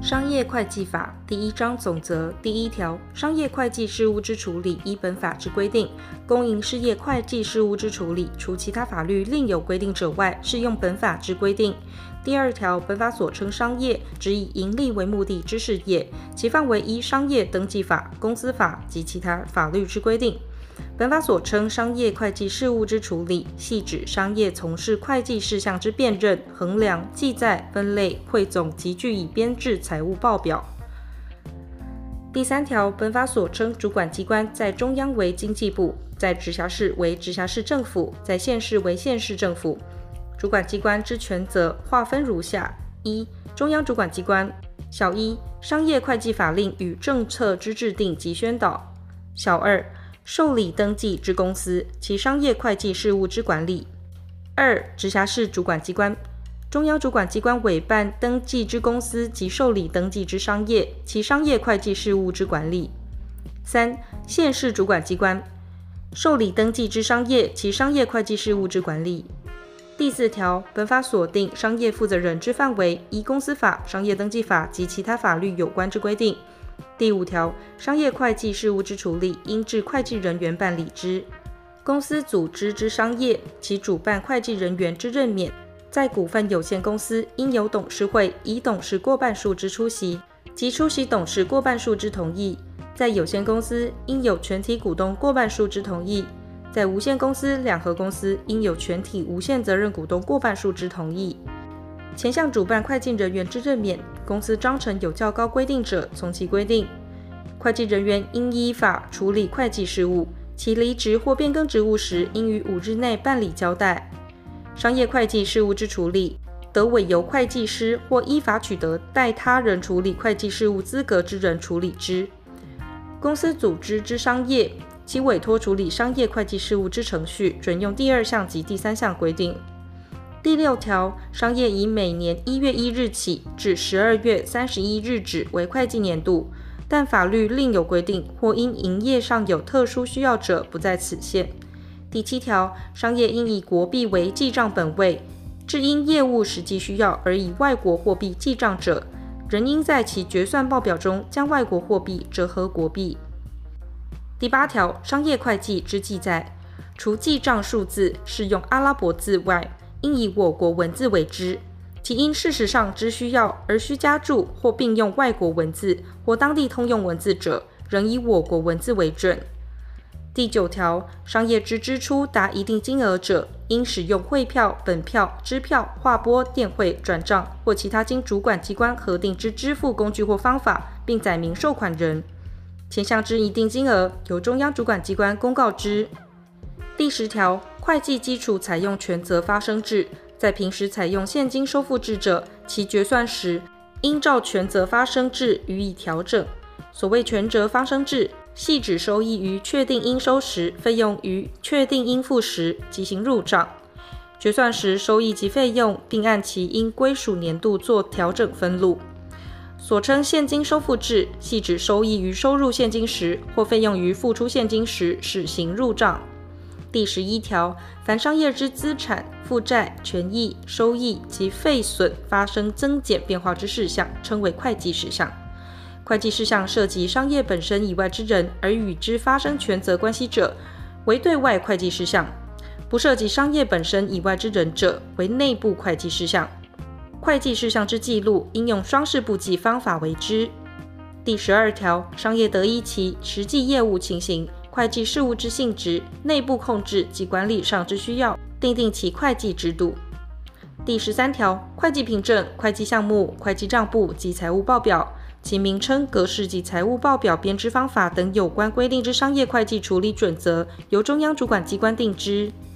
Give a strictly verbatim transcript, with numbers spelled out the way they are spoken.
商业会计法第一章总则第一条，商业会计事务之处理，依本法之规定；公营事业会计事务之处理，除其他法律另有规定者外，适用本法之规定。第二条，本法所称商业，指以营利为目的之事业，其范围依商业登记法、公司法及其他法律之规定。本法所称商业会计事务之处理，系指商业从事会计事项之辨认、衡量、记载、分类、汇总及据以编制财务报表。第三条，本法所称主管机关，在中央为经济部，在直辖市为直辖市政府，在县市为县市政府。主管机关之权责划分如下：一、中央主管机关；小一、商业会计法令与政策之制定及宣导；小二、受理登记之公司，其商业会计事务之管理；二、直辖市主管机关，中央主管机关委办登记之公司及受理登记之商业，其商业会计事务之管理；三、县市主管机关，受理登记之商业，其商业会计事务之管理。第四条，本法锁定商业负责人之范围，依公司法、商业登记法及其他法律有关之规定。第五条，商业会计事务之处理，应至会计人员办理之。公司组织之商业，其主办会计人员之任免，在股份有限公司应有董事会以董事过半数之出席，及出席董事过半数之同意；在有限公司应有全体股东过半数之同意；在无限公司、两合公司应有全体无限责任股东过半数之同意。前项主办会计人员之任免，公司章程有较高规定者，从其规定。会计人员应依法处理会计事务，其离职或变更职务时，应于五日内办理交代。商业会计事务之处理，得委由会计师或依法取得代他人处理会计事务资格之人处理之。公司组织之商业，其委托处理商业会计事务之程序，准用第二项及第三项规定。第六条，商业以每年一月一日起至十二月三十一日止为会计年度，但法律另有规定，或因营业上有特殊需要者，不在此限。第七条，商业应以国币为记账本位，致因业务实际需要而以外国货币记账者，仍应在其决算报表中将外国货币折合国币。第八条，商业会计之记载，除记账数字适用阿拉伯字外，应以我国文字为之，其因事实上之需要而需加注或并用外国文字或当地通用文字者，仍以我国文字为准。第九条，商业之支出达一定金额者，应使用汇票、本票、支票、划拨、电汇、转账或其他经主管机关核定之支付工具或方法，并载明收款人。前项之一定金额，由中央主管机关公告之。第十条，会计基础采用权责发生制，在平时采用现金收付制者，其决算时应照权责发生制予以调整。所谓权责发生制，系指收益于确定应收时，费用于确定应付时即行入账。决算时收益及费用，并按其应归属年度做调整分录。所称现金收付制，系指收益于收入现金时，或费用于付出现金时，始行入账。第十一条，凡商业之资产、负债、权益、收益及费损发生增减变化之事项，称为会计事项。会计事项涉及商业本身以外之人，而与之发生权责关系者，为对外会计事项；不涉及商业本身以外之人者，为内部会计事项。会计事项之记录，应用双式簿记方法为之。第十二条，商业得依其实际业务情形、会计事务之性质、内部控制及管理上之需要，订定其会计制度。第十三条，会计凭证、会计项目、会计账簿及财务报表，其名称、格式及财务报表编制方法等有关规定之商业会计处理准则，由中央主管机关定之。